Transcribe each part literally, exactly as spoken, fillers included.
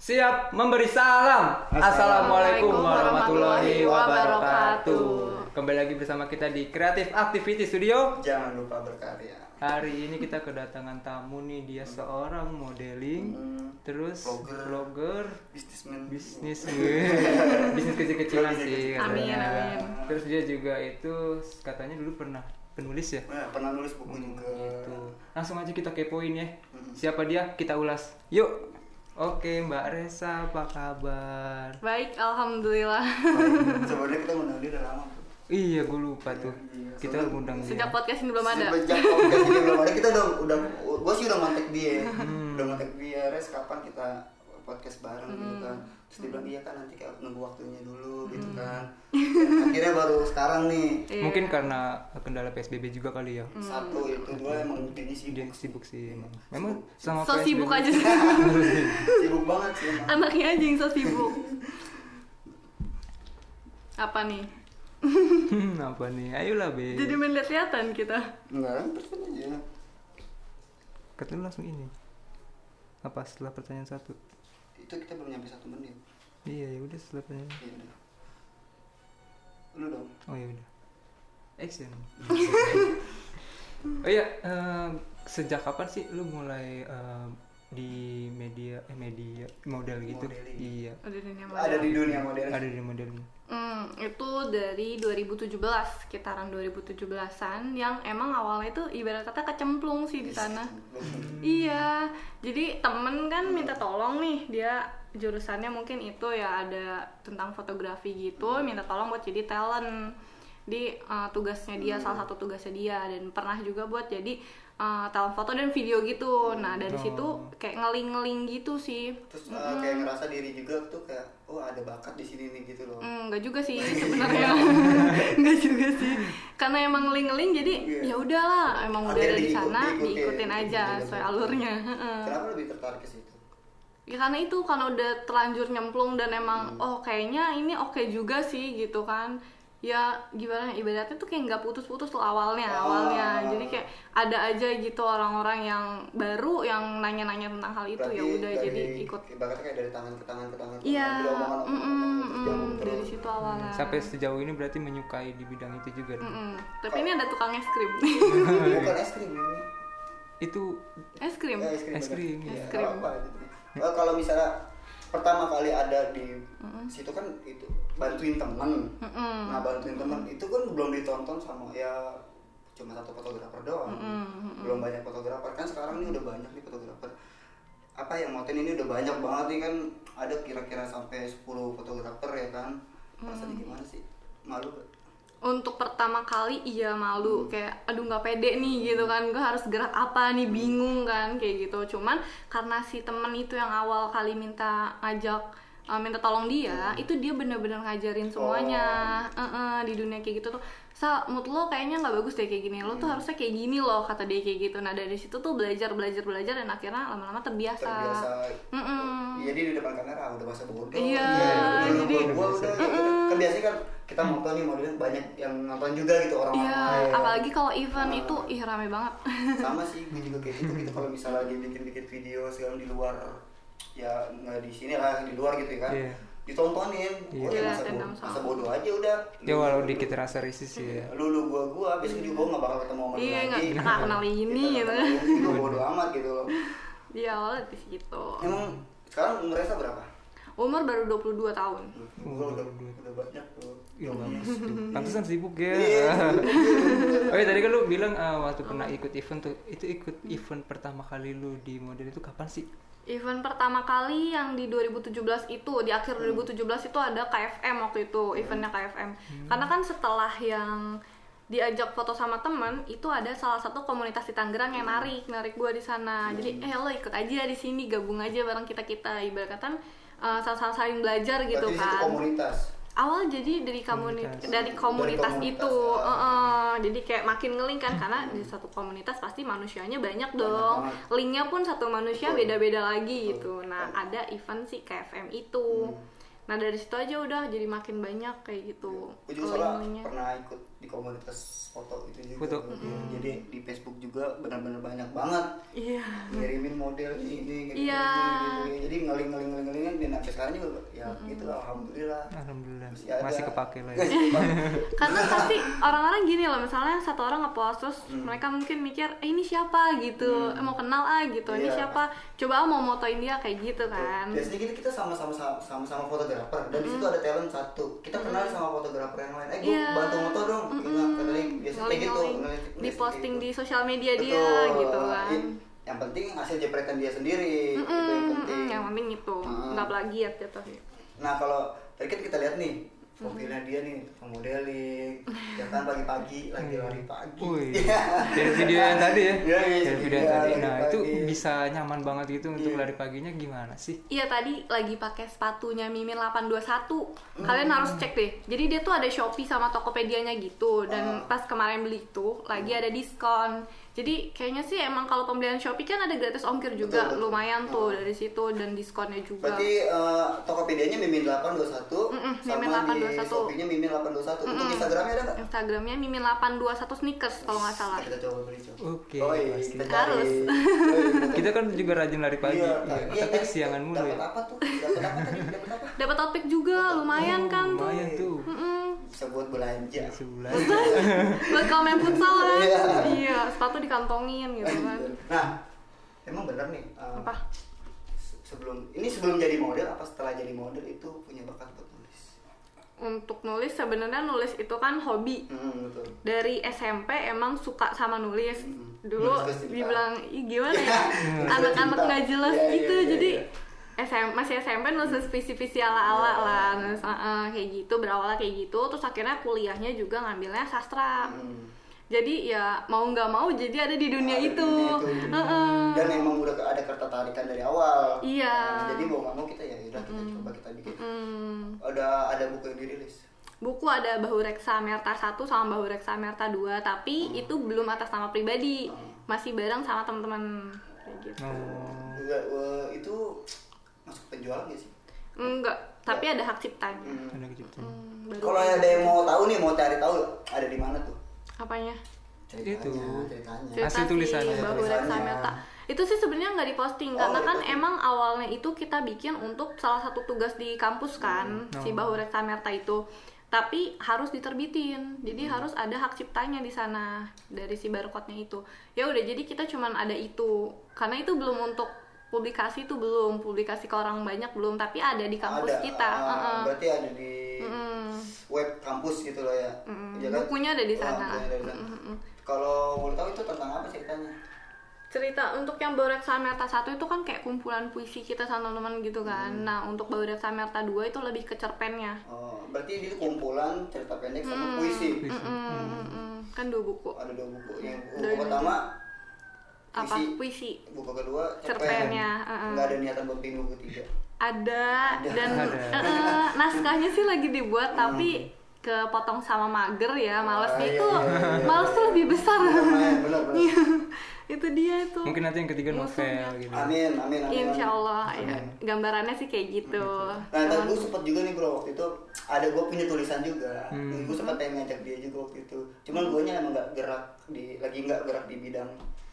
Siap memberi salam. Assalamualaikum warahmatullahi wabarakatuh. Kembali lagi bersama kita di Creative Activity Studio. Jangan lupa berkarya. Hari ini kita kedatangan tamu nih, dia seorang modeling, hmm, terus vlogger, vlogger bisnismen, bisnis, bisnis kecil-kecilan sih. Amin, amin. Terus dia juga itu katanya dulu pernah penulis ya? Nah, pernah nulis buku hmm, juga. Gitu. Langsung aja kita kepoin ya. Hmm. Siapa dia? Kita ulas. Yuk. Oke, Mbak Resa, apa kabar? Baik, alhamdulillah. Sebenarnya kita ngundang dia udah lama. Iya, gue lupa tuh. Iya, kita ngundang dia. Sejak podcast ini belum ada. Sejak podcast ini belum ada, kita udah udah gue sih udah ngontek dia. Hmm. Udah ngontek dia, Res kapan kita podcast bareng hmm. gitu kan. Terus dia bilang iya kan nanti kayak nunggu waktunya dulu hmm. gitu kan. Akhirnya baru sekarang nih. Yeah. Mungkin karena kendala P S B B juga kali ya. Hmm. Satu itu, dua emang dia sibuk. Dia sibuk sih emang. Memang sama so P S B B. sibuk aja sih. Sibuk banget sih emang. Anaknya aja yang so sibuk. Apa nih? Apa nih? Ayolah, Be. Jadi main lihat-lihatan kita. Enggak, persen aja. Katanya langsung ini. Apa setelah pertanyaan satu? Itu kita belum nyampe satu menit. Iya, ya udah setelah pertanyaan. Iya udah. Lu dong. Oh ya udah. Action. Oh iya, uh, sejak kapan sih lu mulai uh, di media eh media model gitu? Modeling. Iya. Ada di dunia Ada di dunia model. Ada di modeling. Hmm, itu dari dua ribu tujuh belas, sekitaran dua ribu tujuh belasan yang emang awalnya itu ibarat kata kecemplung sih di sana. Iya, jadi temen kan minta tolong nih, dia jurusannya mungkin itu ya ada tentang fotografi gitu, minta tolong buat jadi talent di uh, tugasnya dia, hmm. salah satu tugasnya dia, dan pernah juga buat jadi uh, talent foto dan video gitu. Nah dari oh. situ kayak ngeling-ngeling gitu sih. Terus uh, mm-hmm. kayak ngerasa diri juga tuh kayak oh ada bakat di sini nih gitu loh. Mm, enggak juga sih sebenarnya. Enggak juga sih. Karena emang ngeling-ngeling jadi yeah. ya udahlah, emang udah ada di sana, diikutin, diikutin aja sesuai alurnya. Kenapa lebih tertarik ke situ? Ya karena itu, karena udah terlanjur nyemplung dan emang hmm. oh kayaknya ini oke okay juga sih gitu kan. Ya gimana, ibaratnya tuh kayak nggak putus-putus tuh awalnya oh. awalnya jadi kayak ada aja gitu orang-orang yang baru yang nanya-nanya tentang hal itu. Berarti ya udah jadi ikut ibaratnya kayak dari tangan ke tangan ke tangan iya dari situ awalnya sampai sejauh ini berarti menyukai di bidang itu juga. Tapi oh. ini ada tukang es krim. Bukan es krim ini itu es krim ya, es krim es krim, ya. Es krim. Apa, gitu. Oh, kalau misalnya pertama kali ada di mm-hmm. situ kan itu bantuin teman, mm-hmm. nah bantuin teman itu kan belum ditonton sama ya cuma satu fotografer doang, mm-hmm. belum banyak fotografer kan sekarang ini udah banyak nih fotografer. Apa yang moten ini udah banyak banget nih kan, ada kira-kira sampai sepuluh fotografer ya kan, rasanya mm-hmm. gimana sih, malu gak? Untuk pertama kali iya malu, kayak aduh nggak pede nih gitu kan, gue harus gerak apa nih, bingung kan kayak gitu. Cuman karena si temen itu yang awal kali minta ngajak uh, minta tolong dia, hmm. itu dia bener-bener ngajarin semuanya. oh. uh-uh, di dunia kayak gitu tuh, Sa, mood lo kayaknya nggak bagus deh kayak gini, lo tuh hmm. harusnya kayak gini loh, kata dia kayak gitu. Nah dari situ tuh belajar belajar belajar dan akhirnya lama-lama terbiasa. Terbiasa. Mm-mm. Jadi di depan kamera udah masa bodoh. Iya. Ya, jadi gua udah kan biasanya kan kita nonton nih modelnya banyak yang nonton juga gitu orang-orang. Iya. Ya. Apalagi kalau event nah, itu ih rame banget. Sama sih, gue juga kayak gitu gitu kalau misalnya lagi bikin-bikin video segala di luar, ya nggak di sini lah, di luar gitu ya kan. Yeah. Ditontonin, yeah. oh, ya masa, bodoh, masa bodoh aja udah. Ya walau dikit rasa risih sih ya. Lu lu gua gua, abis itu gua nggak bakal ketemu sama iya, lagi. Iya nggak kenal ini gitu. Itu bodoh amat gitu loh. Iya awalnya di situ. Emang sekarang umur Resa berapa? Umur baru dua puluh dua tahun. Gua udah udah banyak tuh. Iya bagus. Pantesan sibuk ya. Iya. Oh ya tadi kan lu bilang uh, waktu pernah ikut event tuh, itu ikut event pertama kali lu di model itu kapan sih? Event pertama kali yang di dua ribu tujuh belas itu, di akhir dua ribu tujuh belas itu ada K F M waktu itu, eventnya K F M. Hmm. Karena kan setelah yang diajak foto sama teman, itu ada salah satu komunitas di Tangerang yang narik, narik gue di sana. Hmm. Jadi eh lo ikut aja di sini, gabung aja bareng kita-kita. Ibarat kata uh, saling saling belajar gitu. Berarti kan. Itu komunitas. Awal jadi dari komunitas, komunitas. dari komunitas, dari komunitas itu, ya. uh, uh, jadi kayak makin ngeling kan, karena di satu komunitas pasti manusianya banyak dong, banyak linknya pun satu manusia betul. Beda-beda lagi. Betul. Gitu. Nah ada event si K F M itu, hmm. nah dari situ aja udah jadi makin banyak kayak gitu. Aku juga soalnya pernah ikut di komunitas foto itu juga. Foto. Hmm. Jadi di Facebook juga benar-benar banyak banget. Iya. Ngirimin model ini, iya. Gini, jadi ngeling-ngeling-ngeling sampai sekarang juga ya mm-hmm. gitu alhamdulillah. Alhamdulillah. Masih, ada. Masih kepake lah ya. Karena pasti orang-orang gini loh, misalnya satu orang nge-post terus hmm. mereka mungkin mikir, eh ini siapa gitu, hmm. eh, mau kenal ah gitu, ini yeah. siapa, coba mau motoin dia kayak gitu kan. Biasanya gitu kita sama-sama sama-sama fotografer dan hmm. di situ ada talent satu, kita kenal hmm. sama fotografer yang lain, eh gue yeah. bantu moto dong, hmm. gitu, katanya biasanya kayak gitu. Di posting gitu. Di sosial media Betul. Dia gitu kan. Yang penting hasil jepretan dia sendiri, mm-mm, itu yang penting. Yang penting itu, mm. nggak plagiat gitu. Nah kalau tadi kan kita lihat nih profilnya dia nih modeling, ya kan pagi-pagi lagi lari pagi. Wih, dari video yang tadi ya? Ya, ya dari video yang tadi. Nah pagi. Itu bisa nyaman banget gitu yeah. untuk lari paginya gimana sih? Iya tadi lagi pakai sepatunya Mimin delapan dua satu. Kalian hmm. harus cek deh. Jadi dia tuh ada Shopee sama Tokopedia-nya gitu. Dan uh. pas kemarin beli tuh lagi ada diskon. Jadi kayaknya sih emang kalau pembelian Shopee kan ada gratis ongkir juga, betul, betul. Lumayan tuh oh. dari situ dan diskonnya juga. Berarti uh, Tokopedia-nya Mimin delapan dua satu Mm-mm, sama Mimin delapan dua satu. Di Shopee-nya Mimin delapan dua satu. Mm-mm. Untuk Instagramnya ada nggak? Instagramnya Mimin delapan dua satu sneakers kalau nggak salah. Kita coba beli coba. Oke. Oh, iya, kita harus. Kita kan juga rajin lari pagi. Iya, ya, iya, tapi siangan mulu ya. Dapat apa tuh? Dapat apa tadi? Dapat apa? Dapat outfit juga, lumayan oh, kan tuh. Lumayan tuh. Mm-mm. Bisa buat belanja. Bisa belanja. Buat kalau main futsal kan. Iya. Iya, sepatu dikantongin gitu kan. Nah, emang benar nih. Uh, apa? Sebelum ini sebelum jadi model apa setelah jadi model itu punya bakat buat nulis? Untuk nulis sebenarnya nulis itu kan hobi. Hmm, betul. Dari S M P emang suka sama nulis. Hmm. Dulu nulis dibilang, ih gimana ya? Anak-anak nggak jelas ya, gitu. ya, ya, Jadi ya. S M, masih S M P nulis visi-visi ala-ala yeah. lah, nulis, uh, kayak gitu, berawal kayak gitu, terus akhirnya kuliahnya juga ngambilnya sastra. Hmm. Jadi ya mau nggak mau jadi ada di dunia ada itu. Di dunia itu. Uh-uh. Dan emang udah ada ketertarikan dari awal. Iya. Nah, jadi mau nggak mau kita ya udah kita mm. coba kita bikin. Mm. Ada ada buku yang dirilis. Buku ada Bahu Reksa Merta satu sama Bahu Reksa Merta dua, tapi hmm. itu belum atas nama pribadi. Hmm. Masih bareng sama teman-teman kayak gitu. Oh. Enggak, uh, itu masuk penjualan nggak sih? Enggak, tapi ada hak ciptanya. Hmm. Ada hak ciptanya. Hmm, kalau ada yang mau tahu nih, mau cari tahu ada di mana tuh? Apanya? Ceritanya, itu ceritanya. Asli tulisannya. Bahu Reksa Merta. Itu sih sebenarnya nggak diposting oh, karena kan diposting. Emang awalnya itu kita bikin untuk salah satu tugas di kampus kan, hmm. si Bahu Reksa Merta itu. Tapi harus diterbitin, jadi hmm. harus ada hak ciptanya di sana dari si barcode-nya itu. Ya udah, jadi kita cuman ada itu, karena itu belum untuk publikasi itu belum, publikasi ke orang banyak belum, tapi ada di kampus ada, kita. Uh, uh-uh. Berarti ada di mm. web kampus gitu loh ya. Mm. Ya kan? Bukunya ada di sana. Oh, kalau boleh tahu itu tentang apa ceritanya? Cerita untuk yang Bahu Reksa Merta satu itu kan kayak kumpulan puisi kita sama teman-teman gitu kan. Hmm. Nah, untuk Bahu Reksa Merta dua itu lebih ke cerpennya. Oh, berarti itu kumpulan cerita pendek sama hmm. puisi. Hmm. Hmm. Hmm. Kan dua buku. Ada dua buku. Yang buku Dua pertama puisi. Apa? Puisi. Buku kedua cerpen. Cerpennya. Uh-uh. Nggak ada niatan buat bikin buku ketiga. Ada, ada. Dan uh, naskahnya sih lagi dibuat hmm. tapi kepotong sama mager ya, males ah, itu. Iya, iya, iya. Males tuh lebih besar. Benar-benar. Itu dia itu. Mungkin nanti yang ketiga novel gitu. Amin, amin, amin. Insya Allah amin. Ya. Gambarannya sih kayak gitu. Nah, tadi gue sempat juga nih bro waktu itu ada gue punya tulisan juga. Hmm. Gue sempat pengen ngajak dia juga waktu itu. Cuman gue nya emang nggak gerak di lagi nggak gerak di bidang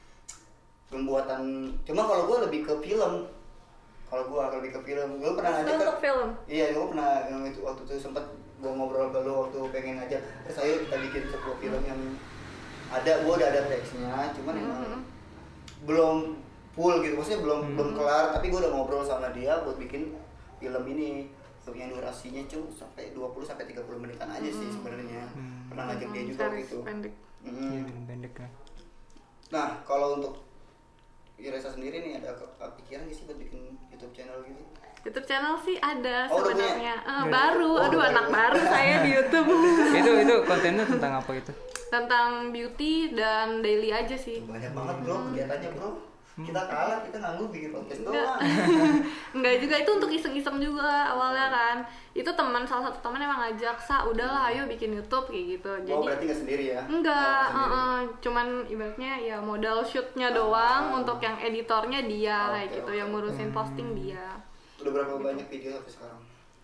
pembuatan. Cuma kalau gue lebih ke film. Kalau gue lebih ke film. Gue pernah ngajak untuk ke film. Iya, gue pernah yang itu waktu itu sempat gue ngobrol ke lo waktu pengen ngajak. Terus ayo kita bikin sebuah film yang ada, gue udah ada teksnya, cuman mm-hmm. emang belum full gitu, maksudnya belum mm-hmm. belum kelar, tapi gue udah ngobrol sama dia buat bikin film ini, film yang durasinya cuma sampai dua puluh sampai tiga puluh menitan aja mm-hmm. sih sebenarnya. Mm-hmm. Pernah ngajak dia juga Series gitu. Pendek. Mm-hmm. Iya, pendek kan. Nah, kalau untuk Iresa sendiri nih ada pikiran gak sih buat bikin YouTube channel gitu? YouTube channel sih ada oh, sebenarnya, uh, baru, oh, aduh anak baru saya di YouTube. itu itu kontennya tentang apa itu? Tentang beauty dan daily aja sih. Banyak banget bro kegiatannya bro. Kita kalah, kita nganggur bikin podcast doang. Enggak juga, itu untuk iseng-iseng juga awalnya kan. Itu teman, salah satu teman emang ngajak, "Sa, udahlah ayo bikin YouTube," kayak gitu. Jadi oh, berarti nggak sendiri ya? Enggak, oh, uh-uh. cuman ibaratnya ya modal shootnya doang, uh, untuk yang editornya dia, okay, kayak gitu, okay. Yang ngurusin posting dia. Udah berapa gitu. Banyak video sampai sekarang?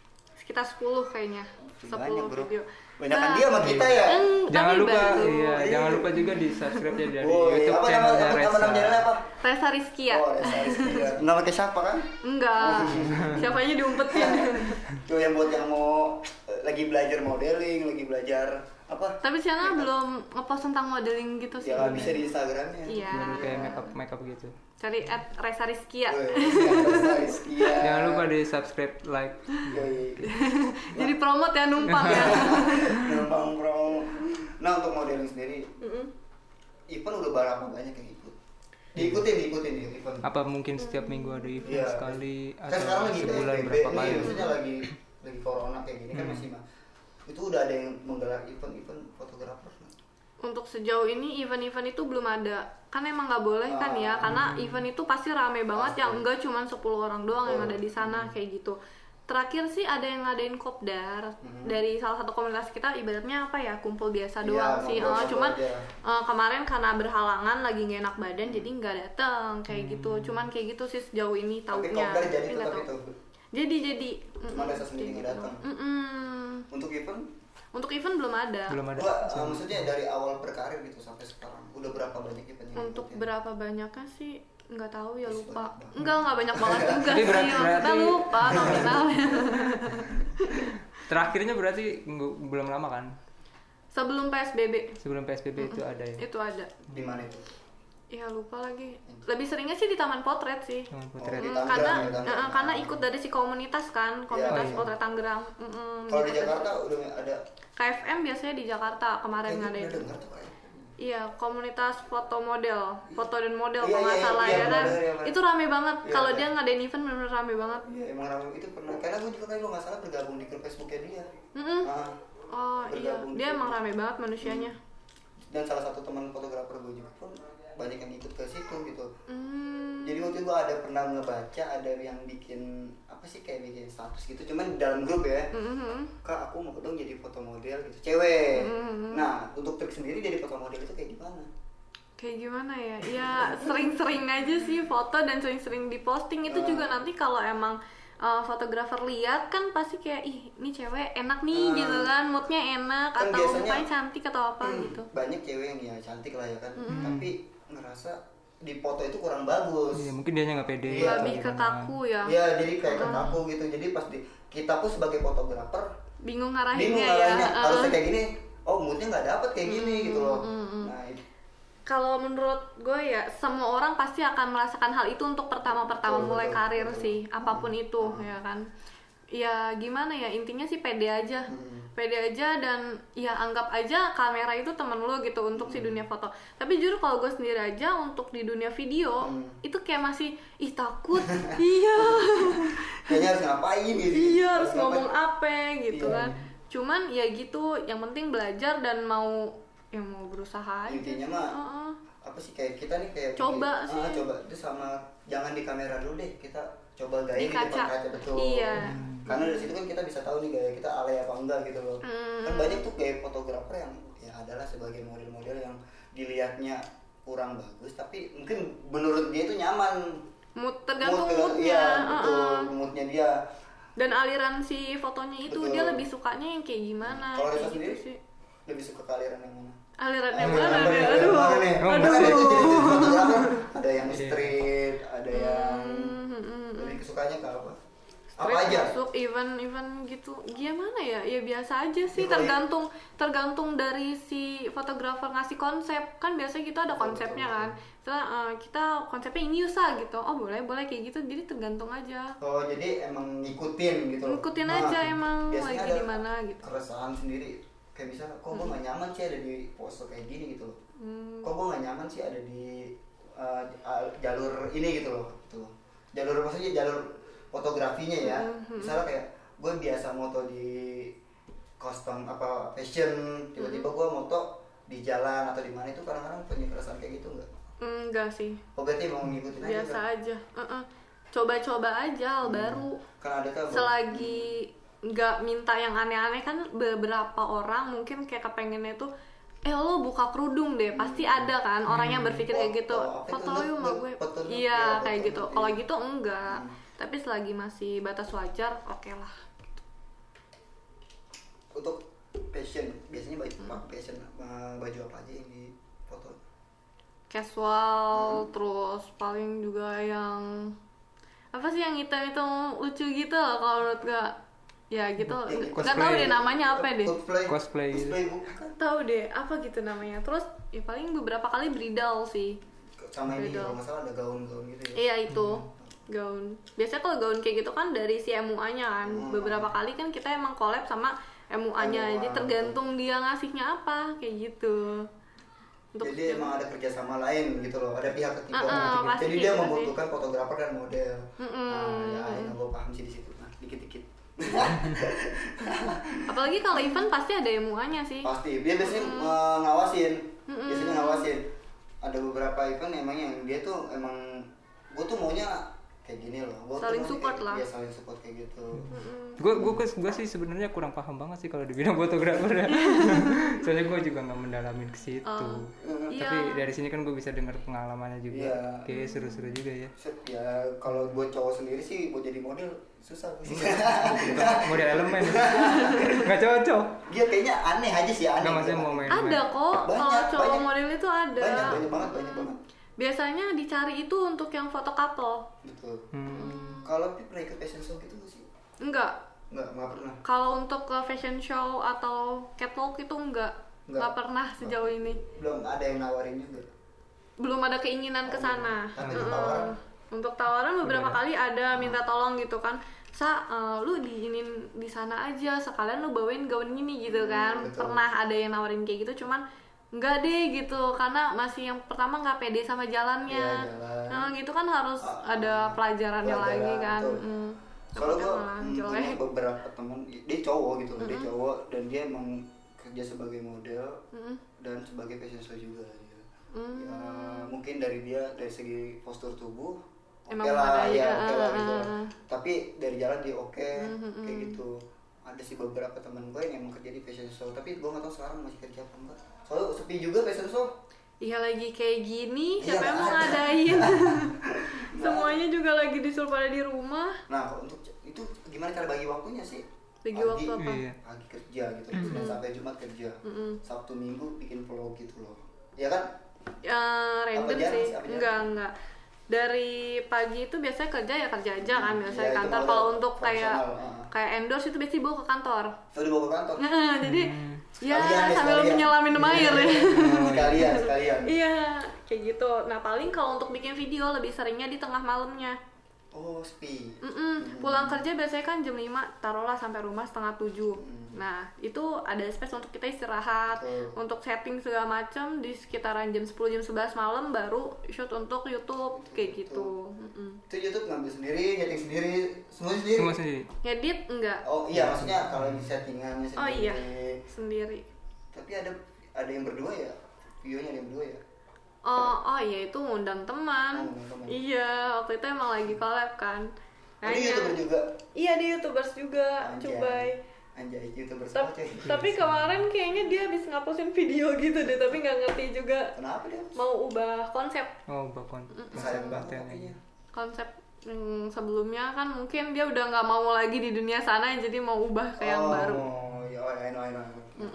sekitar sepuluh kayaknya. sepuluh Banyak, video. Banyakan Nah, dia sama kita ya. Eng, Jangan tapi lupa, baru. iya, jangan lupa juga di subscribe ya dari Oh, iya. YouTube Apa nama channelnya apa nama Reza. channelnya apa? Reza Rizkia. Oh, Reza Rizkia. Nama kayak siapa kan? Enggak. Siapanya diumpetin. Tuh yang buat yang mau eh, lagi belajar modeling, lagi belajar apa? Tapi channel belum ngepost tentang modeling gitu sih. Ya bisa di Instagramnya. Iya. Baru kayak makeup makeup gitu. Cari at Reza Rizkia. Oh, iya, Reza Rizkia. Jangan lupa di subscribe, like. Yoi. Jadi promote ya, numpang ya. Numpang pro. Nah untuk modeling sendiri, event udah berapa banyak yang ikut? Diikutin, diikutin ya event. Apa mungkin setiap minggu ada event Iya. sekali Kan atau sekarang lagi sebulan P S B B berapa nih, kali? maksudnya lagi lagi corona kayak gini kan Hmm. masih mah. Itu udah ada yang menggelar event-event fotografer. Untuk sejauh ini event-event itu belum ada. Kan emang nggak boleh kan ya, Ah. karena event itu pasti rame banget. Pasti. Yang enggak cuma sepuluh orang doang yang Oh. ada di sana kayak gitu. Terakhir sih ada yang ngadain kopdar Mhm. dari salah satu komunitas kita, ibaratnya apa ya, kumpul biasa Iya, doang sih. ngobrol Eh, cuman aja. eh, kemarin karena berhalangan lagi nggak enak badan jadi nggak dateng kayak Hmm. gitu. Cuman kayak gitu sih sejauh ini Tapi taunya. kopdar jadi Tapi nggak tetap tahu. itu. Jadi jadi. Cuma Mm-mm, Reza sendiri kayak yang gitu. datang. Mm-mm. Untuk event, Untuk event belum ada. Belum ada. gua uh, maksudnya dari awal berkarir gitu sampai sekarang udah berapa banyak event yang Untuk ikutin? berapa banyaknya sih nggak tahu ya, Terus lupa. banyak banget. Enggak enggak banyak banget juga Jadi sih. berarti- Maksudnya berarti- lupa nominalnya. Terakhirnya berarti nggak- belum lama kan? Sebelum P S B B Sebelum P S B B itu ada ya. itu ada. Di mana itu? Ya lupa lagi. Lebih seringnya sih di Taman Potret sih. Taman Oh, Potret. di Mm, Tangerang karena ya, Tangerang. eh, karena ikut dari si komunitas kan, komunitas Oh, iya. Potret Tangerang. Mm-mm, Kalau di ikut dari- Jakarta udah ada. K F M biasanya di Jakarta kemarin Kayaknya ngadain. udah dengar tuh kayak. Iya, komunitas foto model, foto dan model Iya, kalau nggak iya, salah iya, ya kan. benar, iya, benar. Itu rame banget. Iya, Kalau iya. dia ngadain event benar-benar rame banget. Iya emang ramai itu pernah. Karena gue juga kayak lo nggak salah bergabung di grup Facebooknya dia. Mm-mm. Ah, Oh iya, Bergabung dia di- emang rame banget manusianya. dan salah satu teman fotografer gue juga pun banyak yang ikut ke situ gitu. Hmm. Jadi waktu itu gue ada pernah ngebaca ada yang bikin apa sih kayak bikin status gitu, cuman di dalam grup ya. Mhm. Kak aku mau dong jadi foto model gitu, cewek. Mhm. Nah untuk trik sendiri jadi foto model itu kayak gimana? Kayak gimana ya? Ya sering-sering aja sih foto dan sering-sering diposting itu Ah. juga nanti kalau emang uh, fotografer lihat kan pasti kayak ih ini cewek enak nih Ah. gitu kan, moodnya enak Kan atau biasanya- mukanya cantik atau apa Hmm, gitu. Banyak cewek yang ya cantik lah ya kan, Mhm. tapi ngerasa di foto itu kurang bagus. Iya, mungkin dia nggak pede. Iya. atau Lebih ke gimana. kaku ya. Iya jadi kayak Ah. kaku gitu. Jadi pas di kita pun sebagai fotografer Bingung bingung ngarahinnya arahnya ya. harusnya Uh. kayak gini. Oh moodnya nggak dapet kayak gini gitu loh. mm, mm. Nah itu Kalau menurut gue ya semua orang pasti akan merasakan hal itu untuk pertama-pertama Betul, mulai betul, karir betul. sih, apapun itu Hmm. ya kan. Ya gimana ya, intinya sih pede aja. Hmm. Pede aja dan ya anggap aja kamera itu temen lo gitu untuk si dunia foto. Tapi jujur kalau gue sendiri aja untuk di dunia video Hmm. itu kayak masih ih takut. Iya. kayaknya harus ngapain gitu. Iya harus ngapain. ngomong apa gitu Iya. kan. Cuman ya gitu, yang penting belajar dan mau yang mau berusaha aja. Intinya sih. mah Heeh. apa sih kayak kita nih kayak Coba bikin- sih. ah, coba itu sama jangan di kamera dulu deh, kita coba gaya Di di depan kaca. kaca betul. Iya. Karena dari situ kan kita bisa tahu nih gaya kita alay apa enggak gitu loh. Hmm. Kan banyak tuh gaya fotografer yang ya adalah sebagai model-model yang dilihatnya kurang bagus tapi mungkin menurut dia itu nyaman. Mood tergantung Mood ke- moodnya. Iya, Heeh. betul, moodnya dia. Dan aliran si fotonya itu Betul. dia lebih sukanya yang kayak gimana? Kalau kayak Reza gitu sendiri sih. lebih suka ke aliran yang mana? Aliran yang Aliran mana? apa nih? nih? Aduh. Mana nih? Oh, Kan masih- ada jenis-jenis fotografer, ada yang street, ada yang Hmm, hmm, hmm. lebih kesukanya ke apa? Apa Street aja? masuk event-event gitu. Gimana ya? Ya biasa aja sih, Ya, kalau tergantung tergantung dari si fotografer ngasih konsep. Kan biasanya kita ada Betul, konsepnya betul, kan. Kita eh, kita konsepnya ini usah gitu. Oh, boleh, boleh kayak gitu. Jadi tergantung aja. Oh jadi emang ngikutin gitu loh. Ngikutin Nah, aja emang biasanya lagi ada di mana gitu. keresahan sendiri. Kayak misalnya, kok gue gak nyaman sih ada di pose kayak gini gitu loh. Hmm. Kok gue gak nyaman sih ada di uh, uh, jalur ini gitu loh. Gitu. Jalur maksudnya jalur fotografinya ya. Mhm. Misalnya kayak gue biasa moto di custom apa fashion, tiba-tiba gue moto di jalan atau di mana itu kadang-kadang punya keresahan kayak gitu enggak? Enggak sih. Oh berarti mau ngikutin aja Biasa kan? aja. Heeh. Coba-coba aja hal baru. Kan ada kan Selagi nggak minta yang aneh-aneh kan beberapa orang mungkin kayak kepengennya tuh eh lo buka kerudung deh pasti ada kan orang yang berpikir kayak gitu Foto, apa itu, foto yuk sama nut- gue nut- foto nut, ya, iya foto kayak nut, gitu iya. kalau gitu enggak Hmm. tapi selagi masih batas wajar oke lah. untuk fashion biasanya baju hmm. fashion baju apa aja yang di foto? Casual, hmm. terus paling juga yang apa sih yang hitam-hitam lucu gitu loh kalau menurut gak ya gitu nggak tahu deh namanya apa deh cosplay cosplay, cosplay nggak tahu deh apa gitu namanya. Terus ya paling beberapa kali bridal sih sama ini kalau nggak salah ada gaun-gaun gitu ya. Iya itu hmm. gaun biasanya kalau gaun kayak gitu kan dari si M U A-nya kan hmm. beberapa kali kan kita emang collab sama M U A-nya jadi tergantung dia ngasihnya apa kayak gitu. Untuk jadi emang ada kerjasama lain gitu loh, ada pihak ketiga uh, uh, jadi dia membutuhkan fotografer dan model. Mm -mm. Nah, ya, gue paham sih di situ. Nah, dikit-dikit. Apalagi kalau event pasti ada M U A-nya sih. Pasti, dia biasanya mm. uh, ngawasin, mm-mm. biasanya ngawasin. Ada beberapa event emang yang dia tuh emang, gue tuh maunya kayak gini loh. Gua saling support kayak, lah. Iya saling support kayak gitu. Gue gue gue sih sebenarnya kurang paham banget sih kalau di bidang fotografer ya. Soalnya gue juga nggak mendalamin ke situ. Uh, Tapi iya. dari sini kan gue bisa dengar pengalamannya juga. Iya. Kayak seru-seru juga ya. Ya kalau buat cowok sendiri sih buat jadi model susah sih. Model elemen. Nggak cocok. Dia kayaknya aneh aja sih aneh. Nggak maksudnya mau main. Ada kok. Kalau cowok model itu ada. Banyak banyak banget banyak banget. Biasanya dicari itu untuk yang foto couple. Betul. Hmm. Kalau pernah ikut fashion show gitu nggak sih? Enggak. Enggak, enggak pernah. Kalau untuk ke fashion show atau catwalk itu enggak. Enggak, enggak pernah sejauh ini. Belum ada yang nawarin juga. Belum ada keinginan ke sana. Oh, untuk tawaran. Untuk tawaran beberapa Bener. kali ada minta tolong gitu kan. Sa, uh, lu diinin di sana aja sekalian lu bawain gaun ini gitu kan. Hmm, pernah ada yang nawarin kayak gitu cuman enggak deh gitu karena masih yang pertama nggak pede sama jalannya ya, jalan. Nah gitu kan harus uh, ada pelajarannya pelajaran, lagi kan mm. Kalau gue mm, beberapa teman dia cowok gitu mm-hmm. dia cowok dan dia emang kerja sebagai model mm-hmm. dan sebagai fashion show juga dia. Mm. Ya mungkin dari dia dari segi postur tubuh oke okay lah ya oke okay lah gitu uh, tapi dari jalan dia oke okay, mm-hmm. kayak gitu. Ada sih beberapa teman gue yang emang kerja di fashion show tapi gue nggak tahu sekarang masih kerja apa enggak. Soalnya sepi juga fashion show. Iya lagi kayak gini siapa yang mau ngadain? Semuanya juga lagi disuruh pada di rumah. Nah untuk itu gimana cara bagi waktunya sih? Bagi pagi, waktu apa? Pagi kerja gitu, mm-hmm. Senin sampai Jumat kerja, mm-hmm. Sabtu Minggu bikin vlog gitu loh. Ya kan? Ya random apa sih. Apa enggak enggak. Dari pagi itu biasanya kerja ya kerja aja kan biasanya ya, kantor. Kalau untuk kayak uh. kayak endorse itu biasanya bawa ke kantor. Oh, dibawa ke kantor. Jadi hmm. ya sekalian, sambil sekalian. menyelamin air ya. Sekalian, sekalian. Iya, kayak gitu. Nah, paling kalau untuk bikin video lebih seringnya di tengah malamnya. Oh, sepi. Mm-mm. Pulang kerja biasanya kan jam lima, taruhlah sampai rumah setengah tujuh. Mm. Nah, itu ada space untuk kita istirahat, oh. untuk setting segala macam di sekitaran jam sepuluh, jam sebelas malam baru shoot untuk YouTube, YouTube kayak gitu. Mm-mm. Itu YouTube ngambil sendiri, nyeting sendiri, semua sendiri? Semua sendiri. Ngedit enggak? Oh iya, maksudnya kalau di settingannya sendiri. Oh iya, sendiri. Tapi ada ada yang berdua ya? Videonya ada yang berdua ya? Oh, oh iya itu ngundang teman. Oh, iya, waktu itu emang lagi collab kan. Oh, di YouTuber juga? Iya, di YouTubers juga. Anjay. Cobai. Anjay, YouTuber Ta- Tapi kemarin kayaknya dia habis ngapusin video gitu deh, tapi nggak ngerti juga. Kenapa dia? Mau ubah konsep. Oh, ubah konsep. Sayang banget konsep hmm, sebelumnya kan mungkin dia udah nggak mau lagi di dunia sana, jadi mau ubah ke yang oh, baru. Oh, ya, I know, I know.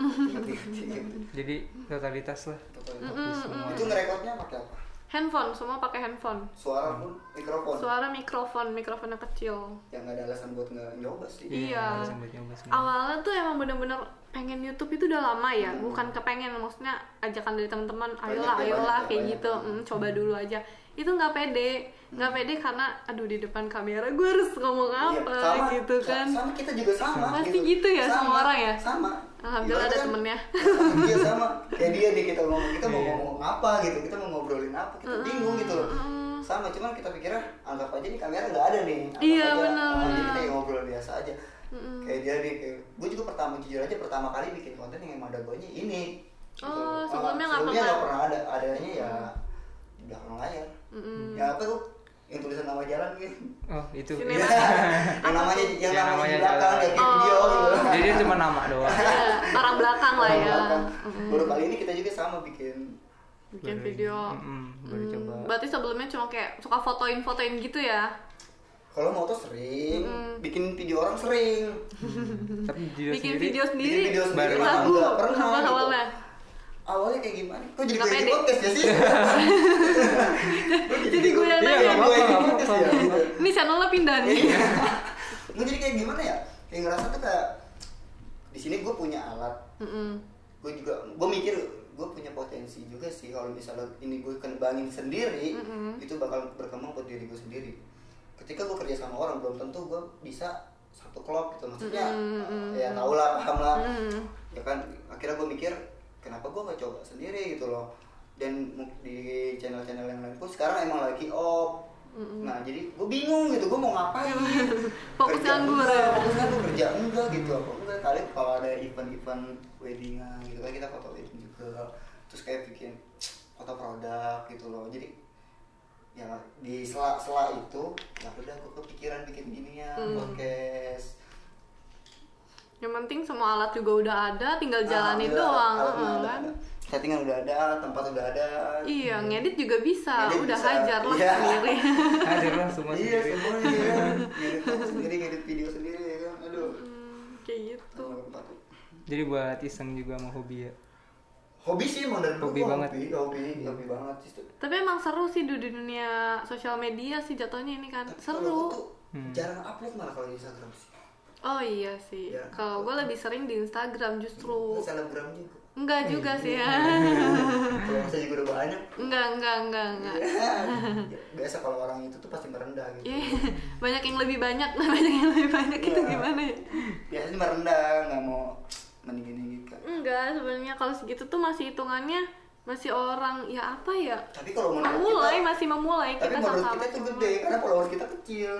Jadi totalitas lah. Totalitas semua. Itu ngerekodnya pakai apa? Handphone, semua pakai handphone. Suara pun mikrofon. Suara mikrofon, mikrofonnya kecil. Yang nggak ada alasan buat nggak nyoba sih. Iya. Awalnya tuh emang bener-bener pengen YouTube itu udah lama ya, hmm. bukan kepengen, maksudnya ajakan dari teman-teman, ayolah, banyak, ayolah banyak, kayak banyak, gitu, banyak. Hmm, coba dulu aja. Itu nggak pede, nggak hmm. pede karena aduh di depan kamera gue harus ngomong apa iya, sama, gitu kan. Sama kita juga sama. Pasti gitu, gitu ya sama, semua orang ya. Sama. Alhamdulillah ada kan, temennya. Iya sama. Kayak dia nih kita ngomong, kita mau ngomong apa gitu, kita mau ngobrolin apa, kita mm, bingung gitu loh. Mm. Sama, cuman kita pikirnya anggap aja nih kamera nggak ada nih. Anggap iya aja, benar. Oh, jadi kita ngobrol biasa aja. Mm. Kayak dia nih, kayak gue juga pertama jujur aja pertama kali bikin konten yang emang ada gue ini. Gitu. Oh sebelumnya nggak pernah. Sebelumnya nggak pernah ada, adanya ya di belakang layar. Mm. Ya apa tuh? Yang tulisan nama jalan gitu. Oh, itu. Ya. yang namanya yang, yang namanya di belakang kayak oh. video gitu. Jadi cuma nama doang. Ya, orang belakang lah ya. Mm. Baru kali ini kita juga sama bikin bikin video. Mm, baru hmm. coba. Berarti sebelumnya cuma kayak suka fotoin-fotoin gitu ya? Kalau moto sering, mm. bikin video video orang sering. Tapi video bikin sendiri, video sendiri, bikin video sendiri bikin mah lagu, nggak pernah apa gitu. awalnya? Awalnya kayak gimana? Kok jadi Nggak gue yang pede. podcast ya sih? Jadi gue yang Iya, nanya. nggak gue yang podcast ya. gitu. Ini channelnya pindah nih. Gue jadi kayak gimana ya? Kayak ngerasa tuh kayak di sini gue punya alat. Mm-mm. Gue juga, gue mikir gue punya potensi juga sih kalau misalnya ini gue kembangin sendiri, Mm-mm. itu bakal berkembang buat diri gue sendiri. Ketika gue kerja sama orang belum tentu gue bisa satu klop gitu, maksudnya Mm-mm. ya tau lah, paham lah. Mm-mm. Ya kan akhirnya gue mikir kenapa gue gak coba sendiri gitu loh. Dan di channel-channel yang lain pun sekarang emang lagi off. Mm-mm. Nah jadi gue bingung gitu, gue mau ngapain. Fokus Kerja nganggur enggak, ya? fokus nganggur, kerja enggak gitu. Apa enggak, kali kalau ada event-event weddingan gitu kan, kita foto wedding juga. Terus kayak bikin foto produk gitu loh. Jadi ya di sela-sela itu ya udah gue kepikiran bikin ginian, Hmm. podcast. Yang penting semua alat juga udah ada, tinggal jalanin Alhamdulillah, doang, alhamdulillah heeh, udah kan? ada. Settingan udah ada, tempat udah ada. Iya, ngedit juga bisa, Ngedit udah bisa. hajar lah Iya. sendiri. hadir lah semua Iya, sendiri. semuanya ya kan. Ngedit foto sendiri, ngedit video sendiri ya kan. Aduh. Hmm, kayak gitu. Jadi buat iseng juga mau hobi ya. Hobi sih emang dari dulu Hobi gua banget. Hobi, hobi, hobi banget sih. Tapi emang seru sih di dunia sosial media sih jatuhnya ini kan. Tapi kalau Seru. gua tuh Hmm. jarang upload malah kalau di Instagram sih. Oh iya sih. Ya. Kalau gue lebih sering di Instagram justru. Lu selebgram juga. Enggak juga sih ya. Kalau saya juga udah banyak. Enggak, enggak, enggak, enggak. Ya, biasa kalau orang itu tuh pasti merendah gitu. Iya, banyak yang lebih banyak, banyak yang lebih banyak itu Iya. gimana ya? Biasanya merendah, nggak mau meninggi-ninggikan. Enggak, sebenarnya kalau segitu tuh masih hitungannya masih orang ya apa ya? Tapi kalau menurut Memulai, kita, masih memulai tapi kita menurut sama-sama. kita itu sih gede memulai. karena followers kita kecil.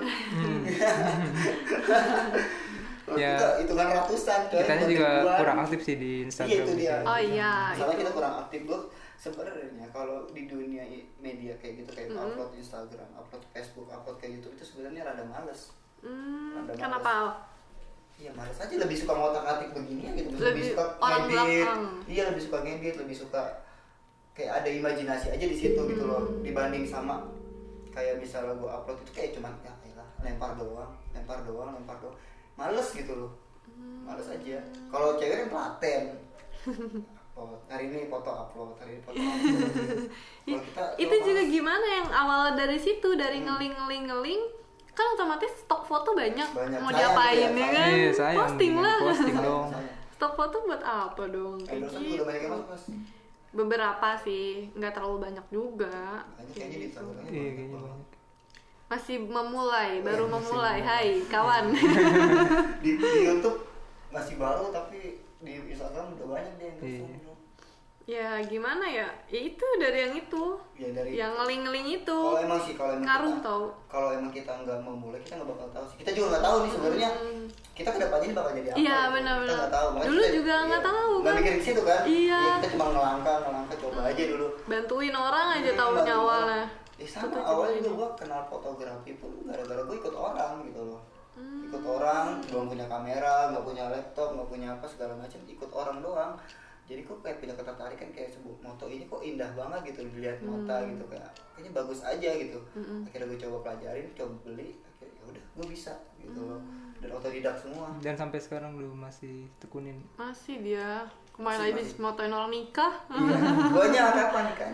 Kalau Ya. kita hitungan ratusan coy, Kitanya bukan juga ribuan. kurang aktif sih di Instagram. Iya itu dia. Oh iya, Soalnya itu. kita kurang aktif loh. Sebenarnya kalau di dunia i- media kayak gitu kayak Mm-hmm. upload Instagram, upload Facebook, upload kayak gitu itu sebenarnya rada males. Hmm, Rada males. kenapa? Iya males aja, lebih suka ngotak-atik begini ya gitu. Lebih, Lebih suka orang ngedit. belakang. Iya lebih suka ngedit, lebih suka kayak ada imajinasi aja di situ gitu loh Hmm. dibanding sama kayak misalnya gue upload itu kayak cuman ya elah, lempar doang, lempar doang, lempar doang. Males gitu loh. Males aja. Kalau cewek kan telaten. Upload. Hari ini foto upload, hari ini foto upload. Kalau kita Itu kalau juga males. gimana yang awal dari situ dari Hmm. ngeling ngeling ngeling kan otomatis stok foto banyak, Banyak. mau Sayang diapain ya, ya sayang. kan? Iya, sayang. Posting lah. Posting Sayang, dong. sayang. Stok foto buat apa dong? Kayak Endorse gitu. udah banyak yang masuk mas. Beberapa sih, nggak terlalu banyak juga. Makanya Kayak kayaknya di gitu. Instagram Iya, kayaknya banyak. Masih memulai, baru Iya, masih memulai. memulai. Hai kawan. di, di YouTube masih baru tapi di Instagram udah banyak deh yang Iya. nge-zoom. Ya gimana ya? Ya itu dari yang itu, Ya dari yang ngeling-ngeling itu. kalau emang sih kalau emang Ngaruh kita, tau. kalau emang kita nggak mau mulai kita nggak bakal tahu sih. Kita juga nggak tahu nih sebenarnya Hmm. kita kedepannya ini bakal jadi apa. Iya, gitu. benar-benar. Kita nggak tahu. Makanya Dulu kita- juga nggak iya, tahu, nggak kan? mikirin ke situ kan. Iya. Ya, kita cuma ngelangkah ngelangkah coba aja dulu. Bantuin orang aja Iya, tahu bantuin nyawalnya. orang. Eh sama Tuh, awalnya cobain. juga gue kenal fotografi pun gara-gara gue ikut orang gitu loh. Hmm. Ikut orang, belum punya kamera, nggak punya laptop, nggak punya apa segala macam, ikut orang doang. Jadi kok kayak punya ketertarikan kayak sebuah moto ini kok indah banget gitu dilihat mata Hmm. gitu kayak kayaknya bagus aja gitu. Mm-mm. Akhirnya gue coba pelajarin, coba beli, akhirnya ya udah gue bisa gitu loh. Hmm. Dan otodidak semua. Dan sampai sekarang lu masih tekunin. Masih dia kemarin Masih, aja masih. motoin orang nikah. Iya, guanya kapan kan?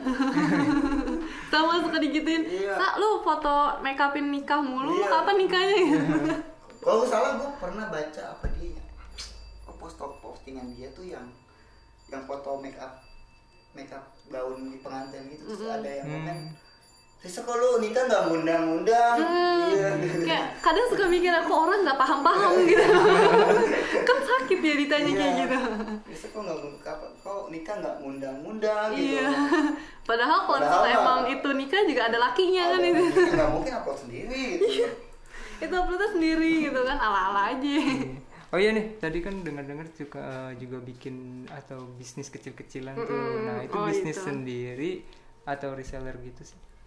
Sama suka digituin. Iya. Sa, lu foto make upin nikah mulu, lu Iya. kapan nikahnya? Kalau nggak salah gue pernah baca apa dia, oh, post postingan dia tuh yang yang foto make up make up gaun di pengantin gitu terus Mm-mm. ada yang Hmm. komen Sisa kok lu nikah nggak ngundang-ngundang. Hmm, Iya. kayak kadang suka mikir kok orang nggak paham-paham gitu. Kan sakit ya ditanya Iya. kayak gitu. Bisa kok nggak kok kok nikah nggak ngundang-ngundang gitu. Iya. Padahal kalau Padahal misalnya mah- emang itu nikah juga ada lakinya kan Ada itu. nikah nggak mungkin upload sendiri gitu. Itu uploadnya sendiri gitu kan ala-ala aja. Oh iya nih, tadi kan dengar-dengar juga eh, juga bikin atau bisnis kecil-kecilan tuh. Mm-mm. Nah, itu Oh, bisnis itu. sendiri atau reseller gitu sih?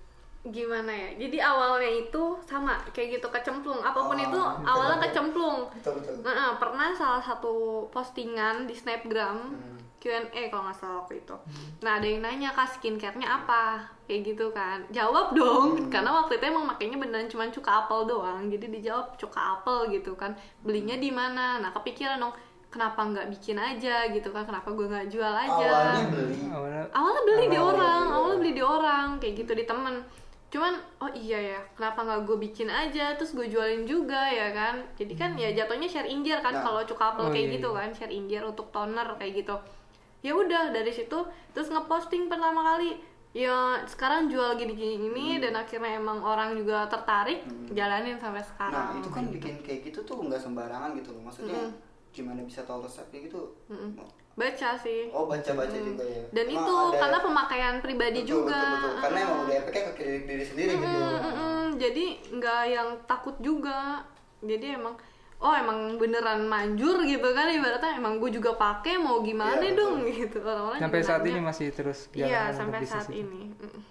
gimana ya, jadi awalnya itu sama kayak gitu, kecemplung apapun oh, itu awalnya kecemplung. Betul, betul. Nah, pernah salah satu postingan di Snapgram hmm. Q and A kalau nggak salah waktu itu. hmm. Nah ada yang nanya, Kak skincare-nya apa kayak gitu kan, jawab dong. hmm. Karena waktu itu emang makanya beneran cuma cuka apel doang, jadi dijawab cuka apel gitu kan, belinya di mana. Nah kepikiran dong, kenapa nggak bikin aja gitu kan, kenapa gue nggak jual aja. Awalnya beli awalnya, awalnya beli awalnya di orang beli. awalnya beli di orang kayak gitu, di temen. Cuman oh iya ya, kenapa nggak gue bikin aja terus gue jualin juga ya kan. Jadi kan ya jatuhnya share injir kan, nah. Kalau cuka apel oh, kayak iya. gitu kan, share injir untuk toner kayak gitu. Ya udah dari situ terus ngeposting pertama kali, ya sekarang jual gini-gini gini hmm. dan akhirnya emang orang juga tertarik, hmm. jalanin sampai sekarang. Nah itu kan bikin kayak gitu tuh nggak sembarangan gitu loh, maksudnya hmm. gimana bisa tahu resepnya gitu? Mm-mm. Baca sih. Oh baca-baca mm. juga ya. Dan emang itu ada... karena pemakaian pribadi betul, juga. Betul, betul. Karena emang udah efeknya ke diri, diri sendiri mm-mm, gitu. Mm-mm. Jadi nggak yang takut juga. Jadi emang oh emang beneran manjur gitu kan, ibaratnya emang gue juga pakai mau gimana ya, dong betul. Gitu orang-orang. Sampai saat ini masih terus jalan. Iya sampai saat itu. ini. Mm.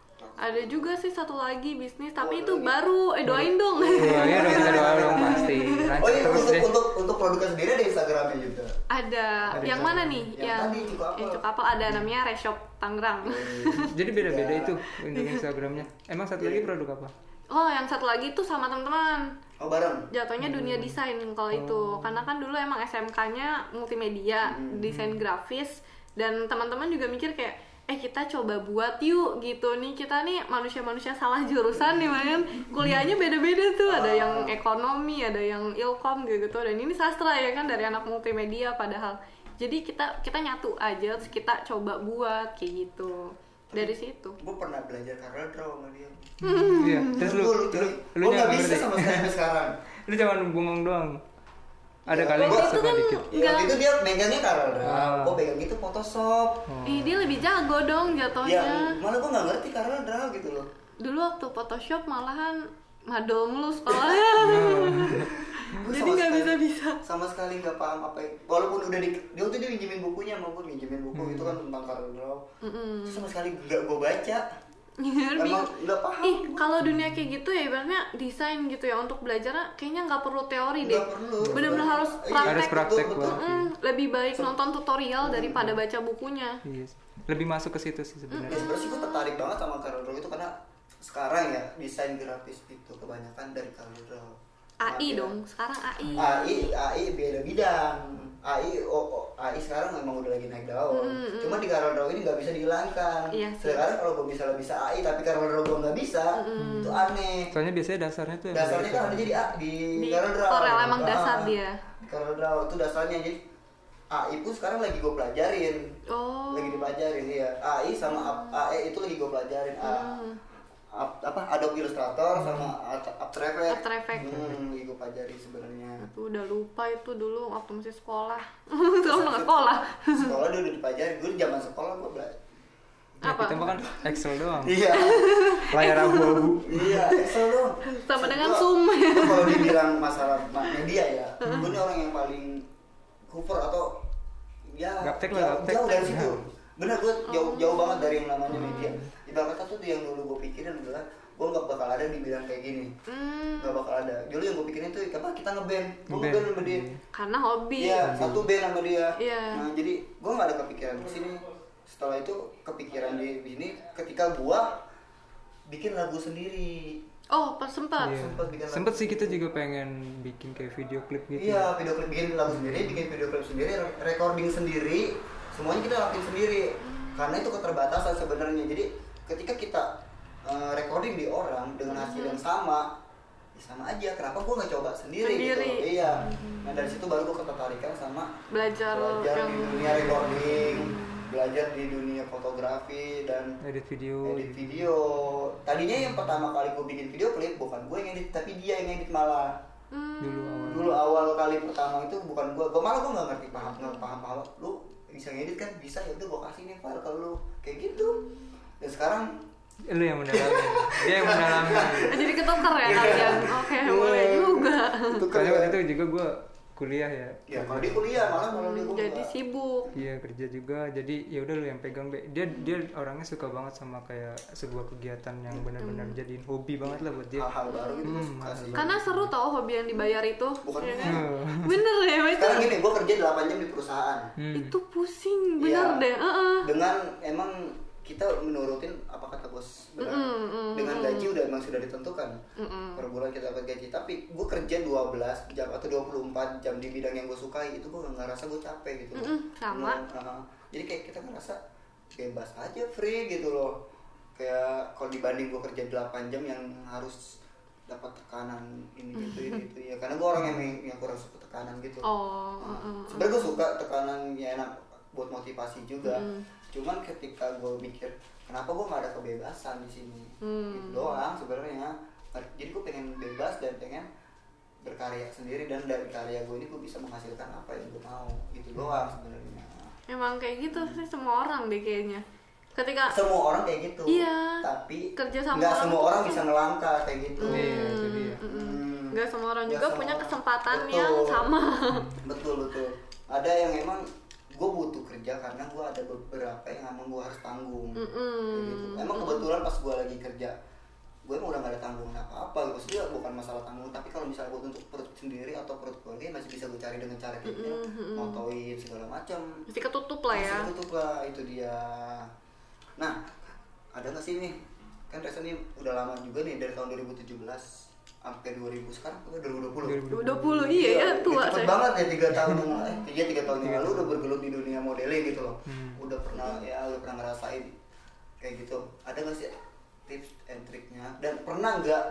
Ada juga sih satu lagi bisnis tapi oh, itu lagi. baru eh doain dong. Iya ya dong, kita doain dong pasti. Lanjut oh iya terus untuk, untuk untuk produknya sendiri ada Instagramnya juga. Ada. ada yang mana nih? Yang, yang tadi Cukapel. Yang Cukapel ada namanya Reshop Tangerang. Jadi beda-beda ya. Itu untuk Instagramnya. Emang satu lagi produk apa? Oh yang satu lagi tuh sama teman-teman. Oh bareng. Jatuhnya hmm. dunia desain kalau oh. itu. Karena kan dulu emang S M K-nya multimedia, hmm. desain grafis, dan teman-teman juga mikir kayak eh kita coba buat yuk gitu nih, kita nih manusia-manusia salah jurusan nih man, kuliahnya beda-beda tuh, ada yang ekonomi, ada yang ilkom gitu, dan ini sastra ya kan dari anak multimedia padahal. Jadi kita kita nyatu aja terus kita coba buat kayak gitu. Dari situ. Gue pernah belajar Corel Draw sama dia. Iya. Terus lu lu lu nggak bisa sama sekali sekarang. Lu cuma bengong doang. Ada kali ya, itu kan ya, waktu itu dia megangnya Corel Draw, gue pegang itu Photoshop. Oh. Ih dia lebih jago dong jatuhnya. Ya, malah gue nggak ngerti Corel Draw gitu loh. Dulu waktu Photoshop malahan madol mulu sekolahnya. Jadi nggak bisa bisa. Sama sekali nggak paham apa. Walaupun udah di, dia tuh dia minjemin bukunya, mau gue minjemin buku hmm. itu kan tentang Corel Draw. Mm-mm. Sama sekali nggak gue baca. Emang nggak paham. Ih, kalau dunia kayak gitu ya ibaratnya desain gitu ya, untuk belajarnya kayaknya nggak perlu teori deh. Bener-bener harus praktek. Harus praktek betul, betul. Mm, lebih baik so, nonton tutorial hmm. daripada baca bukunya. Yes. Lebih masuk ke situ sih sebenarnya. Ya, sebenarnya sih gue tertarik banget sama Corel Draw itu karena sekarang ya desain grafis itu kebanyakan dari Corel Draw. A I nah, dong, ya. Sekarang A I. A I, A I beda bidang. A I, oh, oh, A I sekarang memang udah lagi naik daun. Mm-hmm. Cuma di Corel Draw ini nggak bisa dihilangkan. Iya, sekarang kalau gue bisa bisa A I tapi Corel Draw gue nggak bisa, mm-hmm. itu aneh. Soalnya biasanya dasarnya tuh. Dasarnya kan ada jadi A di, di Corel Draw. Corel emang dasar ah, dia. Corel Draw itu dasarnya, jadi A I pun sekarang lagi gue pelajarin. Oh. Lagi dipelajarin ya. A I sama A E itu lagi gue pelajarin. Mm. Up, apa Adobe Illustrator hmm. sama After Effects. After Effects. Hmm, gue pelajari sebenarnya. Itu udah lupa itu dulu waktu masih sekolah. Sekarang nggak sekolah. Sekolah dia udah dipelajari. Gue zaman sekolah gue belajar. Ya, apa? Kita makan Excel doang. Iya. Layar abu-abu. Iya, Excel doang. Sama dengan Zoom. Kalau dibilang masalah media ya, gue ini orang yang paling Cooper atau ya gaptek jauh, lah, jauh dari situ. Bener, gue jauh jauh banget dari yang namanya media. Ibarat kata tuh yang dulu gue pikirin adalah gue nggak bakal ada yang dibilang kayak gini, nggak mm. bakal ada. Dulu yang gue pikirin tuh apa kita ngeband, gue ngeband sama dia. Karena hobi. Iya, satu band sama dia. Yeah. Nah jadi gue nggak ada kepikiran ke sini. Setelah itu kepikiran di sini ketika gue bikin lagu sendiri. Oh, pas sempat. Yeah. Sempat bikin. Sempat sih kita juga pengen bikin kayak video klip gitu. Iya, video klip, bikin lagu sendiri, bikin video klip sendiri, recording sendiri, semuanya kita lakuin sendiri. Mm. Karena itu keterbatasan sebenarnya. Jadi ketika kita uh, recording di orang dengan hasil mm. yang sama, ya sama aja. Kenapa gue nggak coba sendiri, sendiri. gitu? Iya. Mm. Nah dari situ baru gue ketertarikan sama belajar, belajar yang... di dunia recording. Mm. Belajar di dunia fotografi dan edit video. Edit video. Tadinya yang pertama kali gue bikin video klip bukan gue yang edit, tapi dia yang edit malah. Hmm. Dulu awal. Dulu awal kali pertama itu bukan gue. Gue malah gue nggak ngerti paham nggak paham paham. Lu bisa ngedit kan? Bisa, ya udah gue kasih nih file ke lu kayak gitu. Dan sekarang lu yang mendalami. Dia yang mendalami. Jadi ketuker ya kalian. Oke, boleh juga. Karena waktu itu juga gue kuliah ya. Ya kalau dia kuliah malah kalau dia kuliah. Jadi sibuk. Iya kerja juga, jadi ya udah lu yang pegang be. Dia dia orangnya suka banget sama kayak sebuah kegiatan yang benar-benar hmm. jadiin hobi banget lah buat dia. Hal-hal baru gitu hmm, suka sih. Karena seru tau hobi yang dibayar itu. Bukan ya, kan? Bener ya itu. Sekarang gini, gue kerja delapan jam di perusahaan. Hmm. Itu pusing, bener ya, deh. Uh-uh. Dengan emang kita menurutin apa kata bos benar. Mm, mm, dengan gaji udah emang sudah ditentukan. Mm, mm. Per bulan kita dapat gaji, tapi gue kerja dua belas jam atau dua puluh empat jam di bidang yang gue sukai, itu gue nggak ngerasa gue capek gitu. Mm, mm, sama. Nah, jadi kayak kita ngerasa bebas aja, free gitu loh. Kayak kalau dibanding gue kerja delapan jam yang harus dapat tekanan ini gitu ini gitu ya, karena gue orang yang yang kurang suka tekanan gitu. Oh. Nah, uh, uh, sebenarnya gue suka tekanan ya, enak buat motivasi juga. Mm. Cuman ketika gue mikir kenapa gue nggak ada kebebasan di sini, hmm. gitu doang sebenarnya. Jadi gue pengen bebas dan pengen berkarya sendiri, dan dari karya gue ini gue bisa menghasilkan apa yang gue mau, gitu doang sebenarnya. Emang kayak gitu sih semua orang deh kayaknya. Ketika semua orang kayak gitu, iya, tapi kerja sama nggak orang semua orang bisa ngelangkah kayak gitu. Hmm. Iya, itu dia. Hmm. Nggak semua orang juga semua punya orang. kesempatan Betul. yang sama. Betul betul. Ada yang emang gue butuh kerja karena gue ada beberapa yang emang gue harus tanggung. Mm-hmm. Gitu. Emang kebetulan pas gue lagi kerja, gue emang udah gak ada tanggungan apa-apa. Maksudnya bukan masalah tanggung, tapi kalau misalnya gue untuk perut sendiri atau perut keluarga masih bisa gue cari dengan cara kayak gitu, mm-hmm. motoin segala macam. Masih ketutup lah ya. Masih ketutup lah, itu dia. Nah, ada nggak sih nih? Kan Reza nih udah lama juga nih, dari tahun dua ribu tujuh belas sampai dua ribu sekarang dua ribu dua puluh. dua ribu dua puluh iya ya, tua cepet banget ya, tiga tahun yang eh tiga tiga tahun yang lalu udah bergelut di dunia modeling gitu loh. Hmm. Udah pernah ya udah pernah ngerasain kayak gitu. Ada nggak sih tips and triknya, dan pernah nggak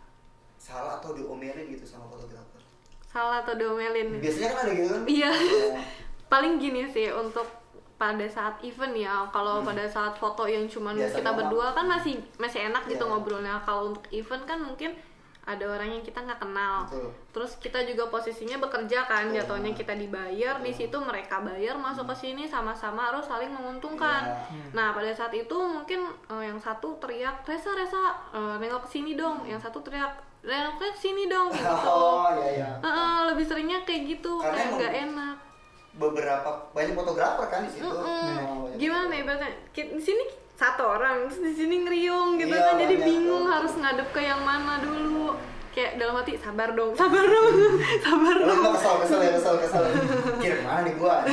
salah atau diomelin gitu sama fotografer? Salah atau diomelin? Biasanya kan ada gitu kan? Iya. Paling gini sih untuk pada saat event ya, kalau hmm. pada saat foto yang cuma kita berdua kan masih masih enak gitu yeah. ngobrolnya. Kalau untuk event kan mungkin ada orang yang kita nggak kenal. Betul. Terus kita juga posisinya bekerja kan, betul. Jatuhnya kita dibayar, betul. Di situ mereka bayar masuk ke sini, sama-sama harus saling menguntungkan. Yeah. Nah pada saat itu mungkin uh, yang satu teriak Reza Reza uh, nengok ke sini dong, yang satu teriak nengok ke sini dong gitu. Oh iya iya. Uh, uh, lebih seringnya kayak gitu, karena kayak nggak enak. Beberapa banyak fotografer kan di situ. Mm-hmm. Nah, gimana ya ibaratnya di sini satu orang, terus di sini ngeriung gitu iya, kan, jadi bingung dong. Harus ngadep ke yang mana dulu. Kayak dalam hati sabar dong, sabar dong, sabar dong. Lo kesel kesel ya kesel kesel. Kira mana nih gua?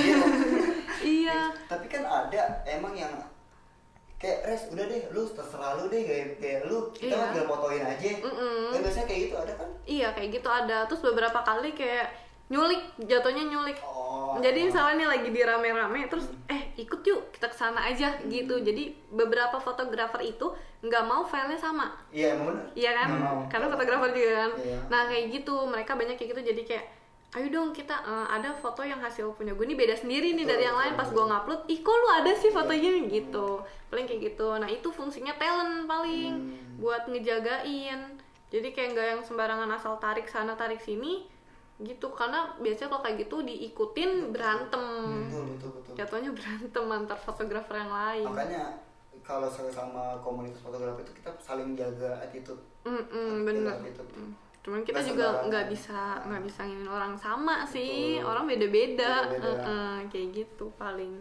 Iya. Tapi kan ada emang yang kayak Res udah deh, lu terserah lu deh, kayak kayak lu kita iya. tinggal fotoin aja. Mm-mm. Kan biasanya kayak gitu ada kan? Iya kayak gitu ada. Terus beberapa kali kayak nyulik, jatuhnya nyulik. Oh, jadi misalnya nih lagi di rame-rame terus eh ikut yuk kita kesana aja hmm. gitu. Jadi beberapa fotografer itu nggak mau filenya sama. Iya benar. Iya kan? Mau. Karena fotografer juga kan. Iya. Nah kayak gitu mereka banyak kayak gitu, jadi kayak ayo dong kita uh, ada foto yang hasil punya gue nih beda sendiri nih betul, dari yang betul, lain. Pas gue ngupload, ih kok lu ada sih fotonya hmm. gitu. Paling kayak gitu. Nah itu fungsinya talent paling hmm. buat ngejagain. Jadi kayak nggak yang sembarangan asal tarik sana tarik sini gitu, karena biasanya kalau kayak gitu diikutin berantem. Betul, betul, betul. Jatuhnya berantem antar fotografer yang lain. Makanya kalau sama komunitas fotografer itu kita saling jaga attitude. Mm bener. Attitude. Mm. Cuman kita nah, juga nggak bisa nggak bisa nginin orang sama sih, betul. Orang beda-beda, uh-uh, kayak gitu paling.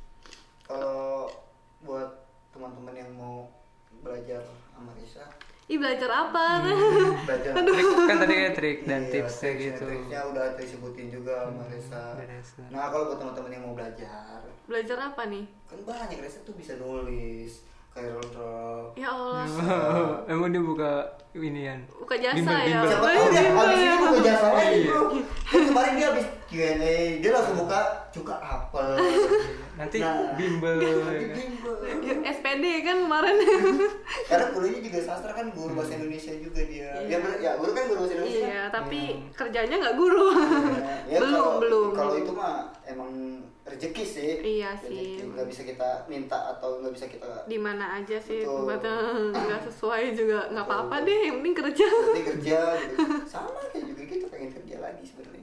Kalau buat teman-teman yang mau belajar sama Reza, ih belajar apa? Hmm, belajar trik, kan tadi kayak trik dan iya, tipsnya gitu. Triknya udah disebutin juga sama Reza. Hmm, nah kalau buat teman-teman yang mau belajar, belajar apa nih? Kan banyak, Reza tuh bisa nulis, kayak roll. Ya Allah. Oh, emang dia buka inian? Buka jasa bimbel, ya? Bimbel. Siapa tahu dia habis ini buka jasa lagi bro. Kan kemarin dia habis Q and A, dia langsung buka juga apel. Nanti nah, bimbel. Nanti bimbel. S P D kan kemarin. Karena kuliahnya juga sastra kan, guru bahasa Indonesia juga dia. Iya. Ya, ya guru kan guru bahasa Indonesia. Iya, tapi hmm. kerjanya nggak guru. Ya, belum kalau, belum. Kalau itu mah emang rezeki sih. Iya sih. Nggak bisa kita minta atau nggak bisa kita. Di mana aja sih, tempatnya nggak sesuai juga nggak apa-apa deh, yang penting kerja. Yang penting kerja, gitu. Sama kayak juga gitu, pengen kerja lagi sebenarnya.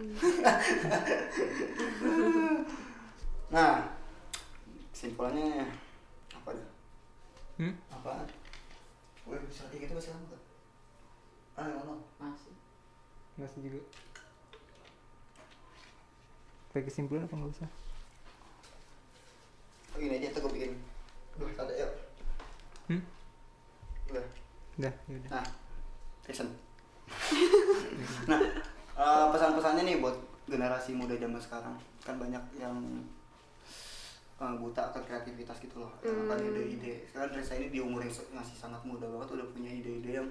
Nah, kesimpulannya apa dah? Hmm? Apaan? Wih, bisa kayak gitu masih lama gak? Ah, nggak mau. Masih. Masih juga. pakai kesimpulan apa nggak usah? Oh, ini aja tuh gue bikin. Duh, ada yuk. Hmm? Udah. Udah, yaudah. Nah, listen. Nah, uh, pesan-pesannya nih buat generasi muda zaman sekarang. Kan banyak yang uh, buta akan kreativitas gitu loh. Yang akan Hmm. ide-ide. Sekarang Reza ini di umur yang masih sangat muda banget udah punya ide-ide yang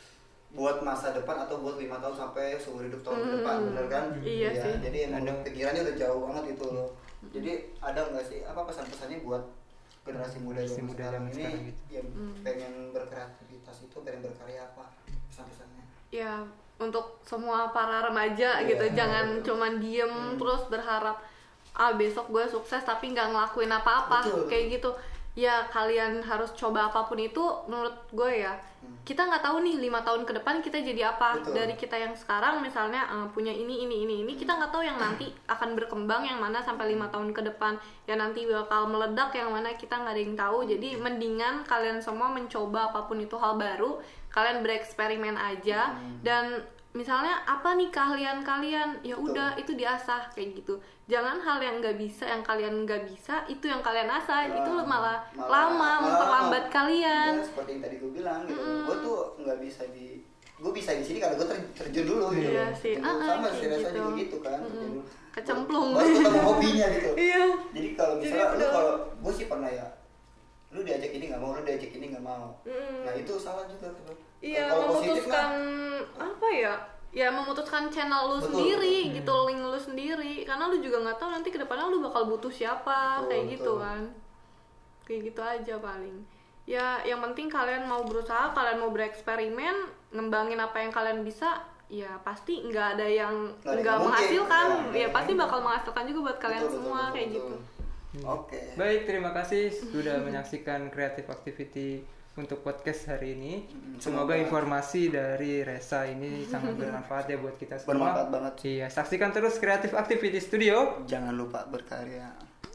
buat masa depan atau buat lima tahun sampai seumur hidup tahun ke depan, bener kan? Iya ya, sih. Jadi emang Ada- pikirannya udah jauh banget itu loh. Jadi ada nggak sih apa pesan-pesannya buat generasi muda Generasi zaman muda sekarang zaman ini sekarang gitu. yang pengen berkreativitas itu, pengen berkarya apa pesan-pesannya? Ya untuk semua para remaja Iya. gitu, jangan cuman diem terus berharap ah besok gue sukses tapi nggak ngelakuin apa-apa. Betul. Kayak gitu. Ya kalian harus coba apapun itu. Menurut gue ya, kita nggak tahu nih lima tahun ke depan kita jadi apa. Betul. Dari kita yang sekarang misalnya uh, punya ini ini ini ini, kita nggak tahu yang nanti akan berkembang yang mana sampai lima tahun ke depan, yang nanti bakal meledak yang mana kita nggak ada yang tahu. Jadi mendingan kalian semua mencoba apapun itu hal baru, kalian bereksperimen aja. Dan misalnya apa nih keahlian kalian, ya udah itu diasah kayak gitu. Jangan hal yang nggak bisa, yang kalian nggak bisa itu yang kalian asah. Nah, Itu malah, malah- lama malah- memperlambat kalian. Ya, seperti yang tadi gue bilang gitu. Gue tuh nggak bisa di gue bisa di sini karena gue ter- terjun dulu gitu. Iya sih. Itu Ah, sama kayak sih Reza gitu. juga gitu kan. terjun dulu. Kecemplung. Baru ketemu hobinya gitu. Iya. Jadi kalau Jadi misalnya lu udah- kalau gue sih pernah ya, lu diajak ini nggak mau, lu diajak ini nggak mau. Mm. Nah itu salah juga tuh. Iya, Kalau positif memutuskan mah, apa ya? Ya memutuskan channel lu Betul, sendiri betul. gitu, link lu sendiri. Karena lu juga nggak tahu nanti kedepannya lu bakal butuh siapa, Betul, kayak gitu betul. kan. Kayak gitu aja paling. Ya, yang penting kalian mau berusaha, kalian mau bereksperimen, ngembangin apa yang kalian bisa. Ya pasti nggak ada yang Nggak ada nggak yang menghasilkan. mungkin. Ya, Ya, pasti ya. bakal menghasilkan juga buat kalian betul, semua betul, kayak betul, gitu. betul. Oke. Baik, terima kasih sudah menyaksikan Creative Activity untuk podcast hari ini. Mm, Semoga semoga- informasi dari Reza ini sangat bermanfaat ya buat kita semua. Bermanfaat banget. Iya, saksikan terus Creative Activity Studio. Jangan lupa berkarya.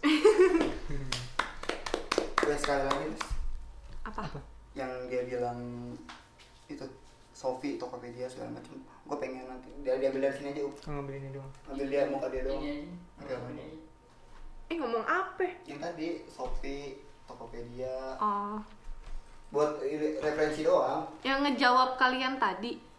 Gue sekali lagi Mas, Apa? yang dia bilang itu Sofi, Tokopedia segala macam. Gue pengen nanti dia diambil dari sini aja, Up. Oh, ngambil ini dong. Ambil dia muka dia doang. Ini Oke, aja. apa? Ini aja. Eh ngomong apa? Yang tadi Sofi, Tokopedia Oh, buat ini referensi doang. yang ngejawab kalian tadi.